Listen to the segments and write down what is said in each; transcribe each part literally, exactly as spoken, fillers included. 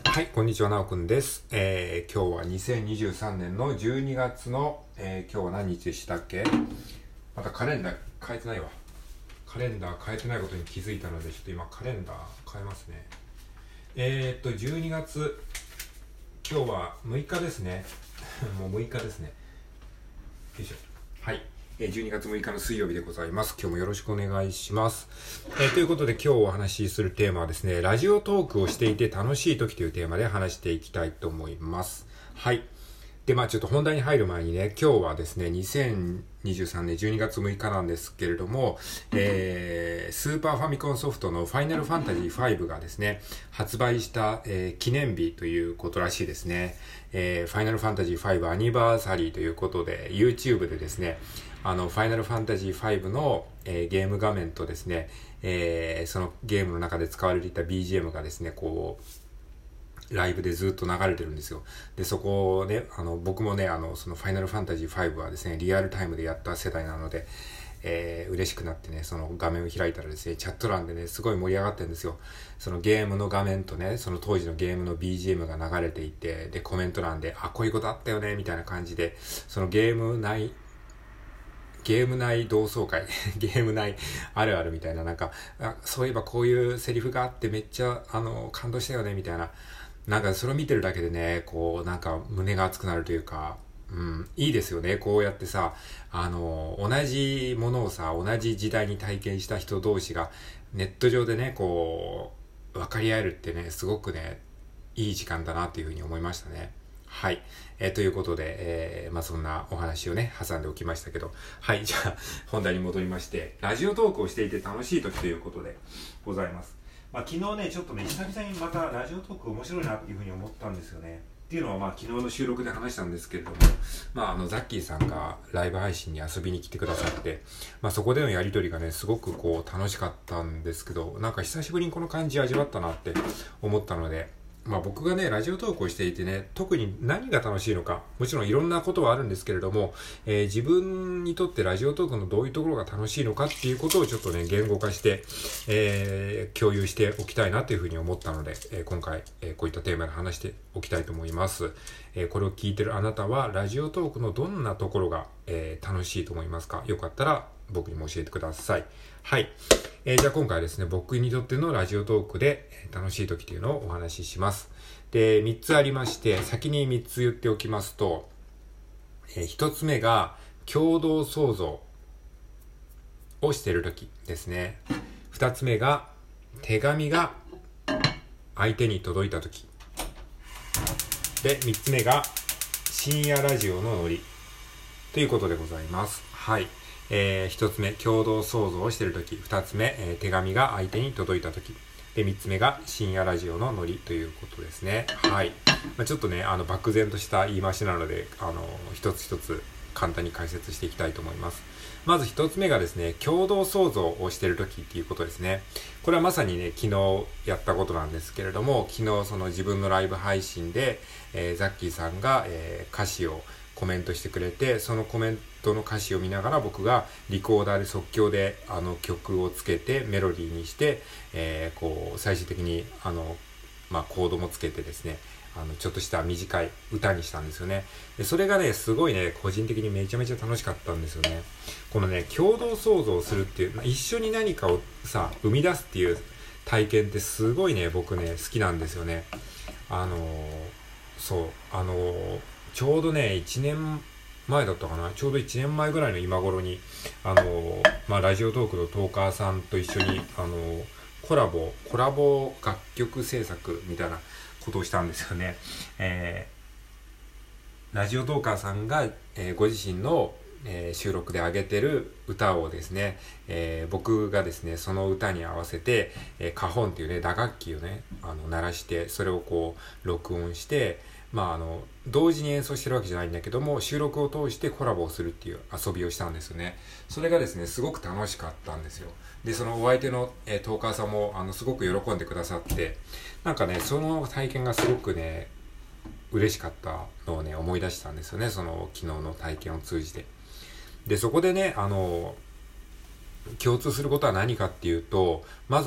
はい、こんにちは、なおくんです。えー、今日はにせんにじゅうさんねんのじゅうにがつの、えー、今日は何日でしたっけ？またカレンダー変えてないわ。カレンダー変えてないことに気づいたので、ちょっと今カレンダー変えますね。えーっと、じゅうにがつ、今日はむいかですね。もうむいかですね。よいしょ。はい。じゅうにがつむいかの水曜日でございます。今日もよろしくお願いします。えー、ということで今日お話しするテーマはですね、ラジオトークをしていて楽しい時というテーマで話していきたいと思います。はい。で、まあちょっと本題に入る前にね、今日はですね、にせんにじゅうさんねんじゅうにがつむいかなんですけれども、えー、スーパーファミコンソフトのファイナルファンタジーファイブがですね、発売した、えー、記念日ということらしいですね。えー、ファイナルファンタジーファイブアニバーサリーということで、YouTube でですね、あの、ファイナルファンタジーファイブの、えー、ゲーム画面とですね、えー、そのゲームの中で使われていた ビージーエム がですね、こう、ライブでずっと流れてるんですよ。で、そこをね、あの、僕もね、あの、そのファイナルファンタジーファイブはですね、リアルタイムでやった世代なので、えー、嬉しくなってね、その画面を開いたらですね、チャット欄でね、すごい盛り上がってるんですよ。そのゲームの画面とね、その当時のゲームの ビージーエム が流れていて、で、コメント欄で、あ、こういうことあったよね、みたいな感じで、そのゲーム内、ゲーム内同窓会ゲーム内あるあるみたいな、なんか、あ、そういえばこういうセリフがあってめっちゃ、あの、感動したよね、みたいな。なんかそれを見てるだけでね、こう、なんか胸が熱くなるというか、うん、いいですよね。こうやってさ、あの、同じものをさ、同じ時代に体験した人同士が、ネット上でね、こう、分かり合えるってね、すごくね、いい時間だなっていうふうに思いましたね。はい。えー、ということで、えー、まあそんなお話をね、挟んでおきましたけど。はい。じゃあ、本題に戻りまして、ラジオトークをしていて楽しい時ということでございます。まあ昨日ね、ちょっとね、久々にまたラジオトーク面白いなっていうふうに思ったんですよね。っていうのはまあ昨日の収録で話したんですけれども、まああの、ザッキーさんがライブ配信に遊びに来てくださって、まあそこでのやりとりがね、すごくこう楽しかったんですけど、なんか久しぶりにこの感じ味わったなって思ったので、まあ僕がね、ラジオトークをしていてね、特に何が楽しいのか、もちろんいろんなことはあるんですけれども、えー、自分にとってラジオトークのどういうところが楽しいのかっていうことをちょっとね、言語化して、えー、共有しておきたいなというふうに思ったので、えー、今回、えー、こういったテーマで話しておきたいと思います。えー、これを聞いてるあなたは、ラジオトークのどんなところが、えー、楽しいと思いますか？よかったら僕にも教えてください。はい。えー、じゃあ今回はですね、僕にとってのラジオトークで楽しい時というのをお話しします。で、みっつありまして、先にみっつ言っておきますと、えー、ひとつめが共同創造をしている時ですね。ふたつめが手紙が相手に届いた時。で、みっつめが深夜ラジオのノリということでございます。はい。えー、一つ目、共同創造をしているとき。二つ目、えー、手紙が相手に届いたとき。で、三つ目が深夜ラジオのノリということですね。はい。まあ、ちょっとね、あの、漠然とした言い回しなので、あの、一つ一つ簡単に解説していきたいと思います。まず一つ目がですね、共同創造をしているときっていうことですね。これはまさにね、昨日やったことなんですけれども、昨日その自分のライブ配信で、えー、ザッキーさんが、えー、歌詞をコメントしてくれて、そのコメントの歌詞を見ながら僕がリコーダーで即興であの曲をつけてメロディーにして、えー、こう最終的にあの、まあ、コードもつけてですね、あのちょっとした短い歌にしたんですよね。でそれがね、すごいね、個人的にめちゃめちゃ楽しかったんですよね。このね、共同創造するっていう、まあ、一緒に何かをさ、生み出すっていう体験ってすごいね、僕ね、好きなんですよね。あのー、そう、あのー、ちょうどね、いちねんまえだったかな、ちょうどいちねんまえぐらいの今頃に、あのー、まあ、ラジオトークのトーカーさんと一緒に、あのー、コラボ、コラボ楽曲制作みたいなことをしたんですよね。えー、ラジオトーカーさんが、えー、ご自身の、えー、収録で上げてる歌をですね、えー、僕がですね、その歌に合わせて、えー、カホンっていうね、打楽器をね、あの、鳴らして、それをこう、録音して、まああの、同時に演奏してるわけじゃないんだけども、収録を通してコラボをするっていう遊びをしたんですよね。それがですね、すごく楽しかったんですよ。で、そのお相手の、えー、トーカーさんも、あの、すごく喜んでくださって、なんかね、その体験がすごくね、嬉しかったのをね、思い出したんですよね。その昨日の体験を通じて。で、そこでね、あの、共通することは何かっていうと、まず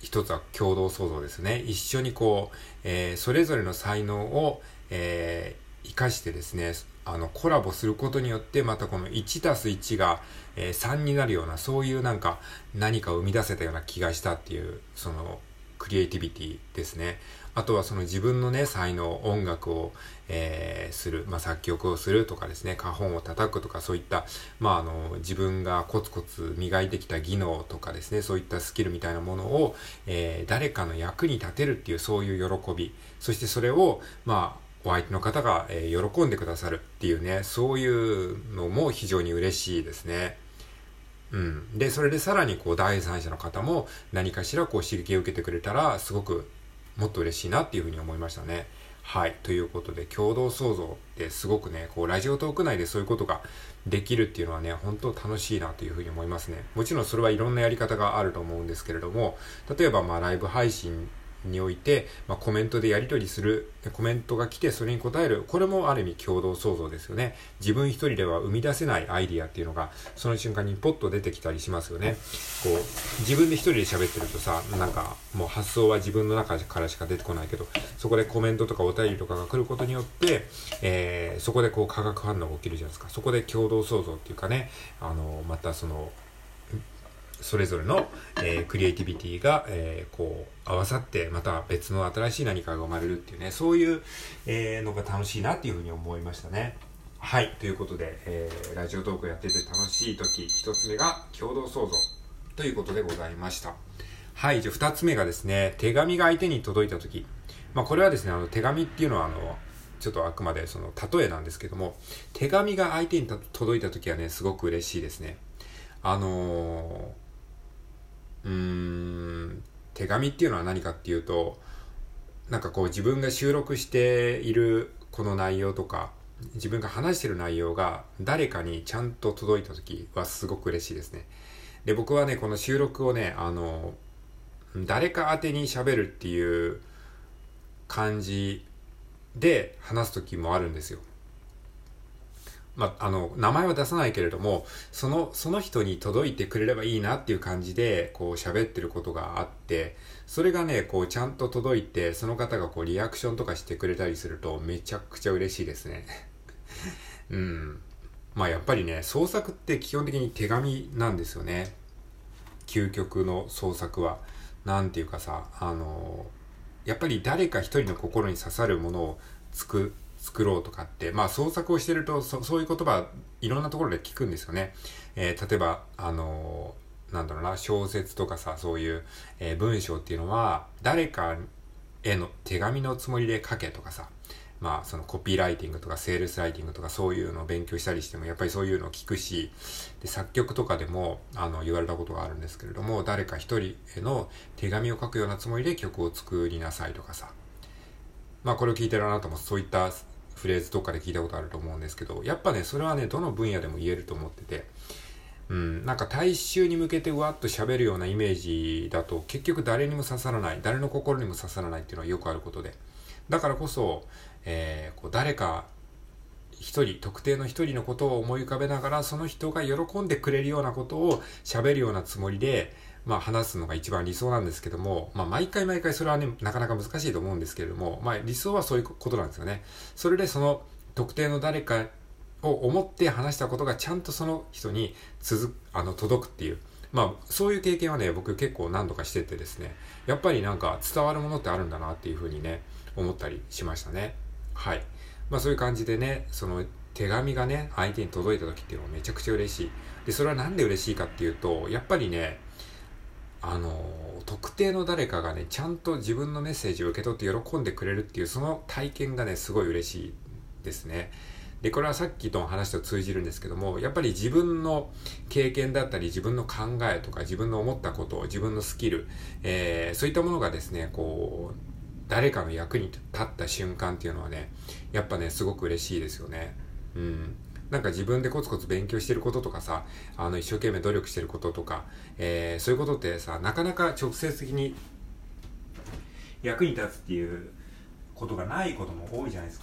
一つは共同創造ですね。一緒にこう、えー、それぞれの才能を、えー、生かしてですね、あのコラボすることによってまたこのいちたすいちが、えー、さんになるような、そういうなんか何かを生み出せたような気がしたっていう、そのクリエイティビティですね。あとはその自分のね、才能、音楽を、えー、する、まあ、作曲をするとかですね、花本を叩くとか、そういった、まあ、あの、自分がコツコツ磨いてきた技能とかですね、そういったスキルみたいなものを、えー、誰かの役に立てるっていう、そういう喜び。そしてそれを、まあ、お相手の方が、えー、喜んでくださるっていうね、そういうのも非常に嬉しいですね。うん。で、それでさらにこう、第三者の方も何かしらこう、刺激を受けてくれたら、すごくもっと嬉しいなっていうふうに思いましたね。はい。ということで、共同創造ってすごくね、こう、ラジオトーク内でそういうことができるっていうのはね、本当楽しいなというふうに思いますね。もちろんそれはいろんなやり方があると思うんですけれども、例えばまあ、ライブ配信において、まあ、コメントでやり取りする、コメントが来てそれに答える、これもある意味共同創造ですよね。自分一人では生み出せないアイディアっていうのがその瞬間にポッと出てきたりしますよね。こう自分で一人で喋ってるとさ、なんかもう発想は自分の中からしか出てこないけど、そこでコメントとかお便りとかが来ることによって、えー、そこでこう化学反応が起きるじゃないですか。そこで共同創造っていうかね、あのまたそのそれぞれの、えー、クリエイティビティが、えー、こう合わさってまた別の新しい何かが生まれるっていうね、そういう、えー、のが楽しいなっていうふうに思いましたね。はい、ということで、えー、ラジオトークやってて楽しい時、一つ目が共同創造ということでございました。はい、じゃあ二つ目がですね、手紙が相手に届いた時。まあこれはですね、あの手紙っていうのはあのちょっとあくまでその例えなんですけども、手紙が相手に届いた時はね、すごく嬉しいですね。あのーうーん手紙っていうのは何かっていうと、なんかこう自分が収録しているこの内容とか自分が話してる内容が誰かにちゃんと届いた時はすごく嬉しいですね。で、僕はね、この収録をね、あの誰か宛てに喋るっていう感じで話す時もあるんですよ。まあ、あの、名前は出さないけれども、その、その人に届いてくれればいいなっていう感じで、こう喋ってることがあって、それがね、こうちゃんと届いて、その方がこうリアクションとかしてくれたりすると、めちゃくちゃ嬉しいですね。うん。まあやっぱりね、創作って基本的に手紙なんですよね。究極の創作は。なんていうかさ、あの、やっぱり誰か一人の心に刺さるものを作作ろうとかって、まあ創作をしてると そ, そういう言葉いろんなところで聞くんですよね。えー、例えばあのー、なんだろうな、小説とかさ、そういう、えー、文章っていうのは誰かへの手紙のつもりで書けとかさ、まあそのコピーライティングとかセールスライティングとかそういうのを勉強したりしてもやっぱりそういうのを聞くし、で作曲とかでもあの言われたことがあるんですけれども、誰か一人への手紙を書くようなつもりで曲を作りなさいとかさ、まあこれを聞いてるあなたもそういったフレーズどっかで聞いたことあると思うんですけど、やっぱね、それはね、どの分野でも言えると思ってて、うん、なんか大衆に向けてわっと喋るようなイメージだと結局誰にも刺さらない、誰の心にも刺さらないっていうのはよくあることで、だからこそ、えー、こう誰か一人、特定の一人のことを思い浮かべながら、その人が喜んでくれるようなことを喋るようなつもりで、まあ話すのが一番理想なんですけども、まあ毎回毎回それはね、なかなか難しいと思うんですけれども、まあ理想はそういうことなんですよね。それでその特定の誰かを思って話したことがちゃんとその人に続く、あの、届くっていう。まあそういう経験はね、僕結構何度かしててですね、やっぱりなんか伝わるものってあるんだなっていうふうにね、思ったりしましたね。はい。まあそういう感じでね、その手紙がね、相手に届いた時っていうのはめちゃくちゃ嬉しい。で、それはなんで嬉しいかっていうと、やっぱりね、あの特定の誰かがね、ちゃんと自分のメッセージを受け取って喜んでくれるっていうその体験がね、すごい嬉しいですね。で、これはさっきの話と通じるんですけども、やっぱり自分の経験だったり自分の考えとか自分の思ったこと、自分のスキル、えー、そういったものがですね、こう誰かの役に立った瞬間っていうのはね、やっぱね、すごく嬉しいですよね。うん。なんか自分でコツコツ勉強してることとかさ、あの一生懸命努力してることとか、えー、そういうことってさ、なかなか直接的に役に立つっていうことがないことも多いじゃないですか。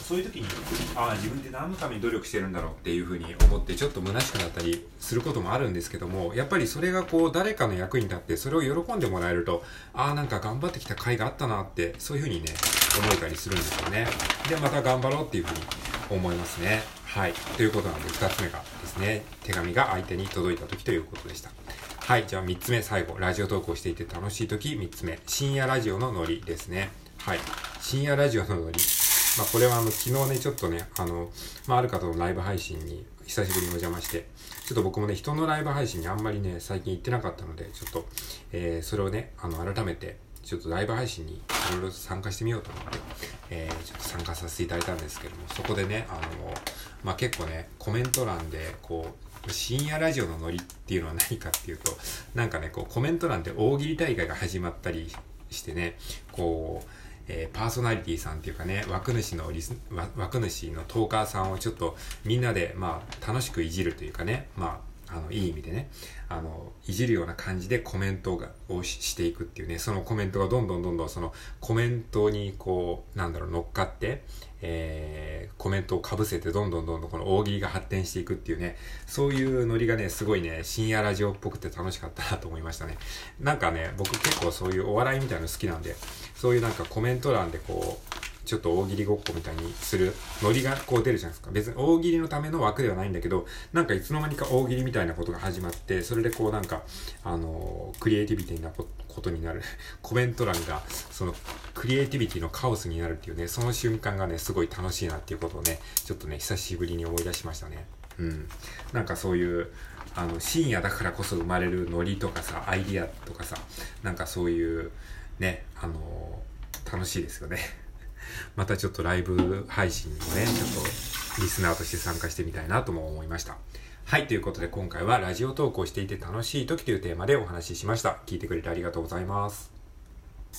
そういう時にああ自分って何のために努力してるんだろうっていうふうに思ってちょっと虚しくなったりすることもあるんですけども、やっぱりそれがこう誰かの役に立ってそれを喜んでもらえると、ああなんか頑張ってきた甲斐があったなってそういうふうにね思えたりするんですよね。でまた頑張ろうっていうふうに思いますね。はい、ということなんでふたつめがですね、手紙が相手に届いた時ということでした。はい、じゃあみっつめ、最後、ラジオ投稿していて楽しい時みっつめ、深夜ラジオのノリですね。はい、深夜ラジオのノリ、まあこれはあの昨日ねちょっとねあの、まあ、ある方のライブ配信に久しぶりにお邪魔して、ちょっと僕もね人のライブ配信にあんまりね最近行ってなかったので、ちょっと、えー、それをねあの改めてちょっとライブ配信にいろいろ参加してみようと思って、えー、ちょっと参加させていただいたんですけども、そこでねあのまあ結構ねコメント欄でこう深夜ラジオのノリっていうのは何かっていうと、なんかねこうコメント欄で大喜利大会が始まったりしてね、こう、えー、パーソナリティさんっていうかね枠主のリス枠主のトーカーさんをちょっとみんなでまあ楽しくいじるというかね、まああのいい意味でねあのいじるような感じでコメントがを し, していくっていうね、そのコメントがどんどんどんどんそのコメントにこうなんだろう乗っかって、えー、コメントをかぶせてどんどんどんどんこの大喜利が発展していくっていうね、そういうノリがねすごいね深夜ラジオっぽくて楽しかったなと思いましたね。なんかね僕結構そういうお笑いみたいなの好きなんで、そういうなんかコメント欄でこうちょっと大喜利ごっこみたいにするノリがこう出るじゃないですか。別に大喜利のための枠ではないんだけど、なんかいつの間にか大喜利みたいなことが始まって、それでこうなんかあのー、クリエイティビティなことになるコメント欄がそのクリエイティビティのカオスになるっていうね、その瞬間がねすごい楽しいなっていうことをねちょっとね久しぶりに思い出しましたね。うん、なんかそういうあの深夜だからこそ生まれるノリとかさ、アイディアとかさ、なんかそういうねあのー、楽しいですよね。またちょっとライブ配信にもねちょっとリスナーとして参加してみたいなとも思いました。はい、ということで今回はラジオ投稿していて楽しい時というテーマでお話ししました。聞いてくれてありがとうございます。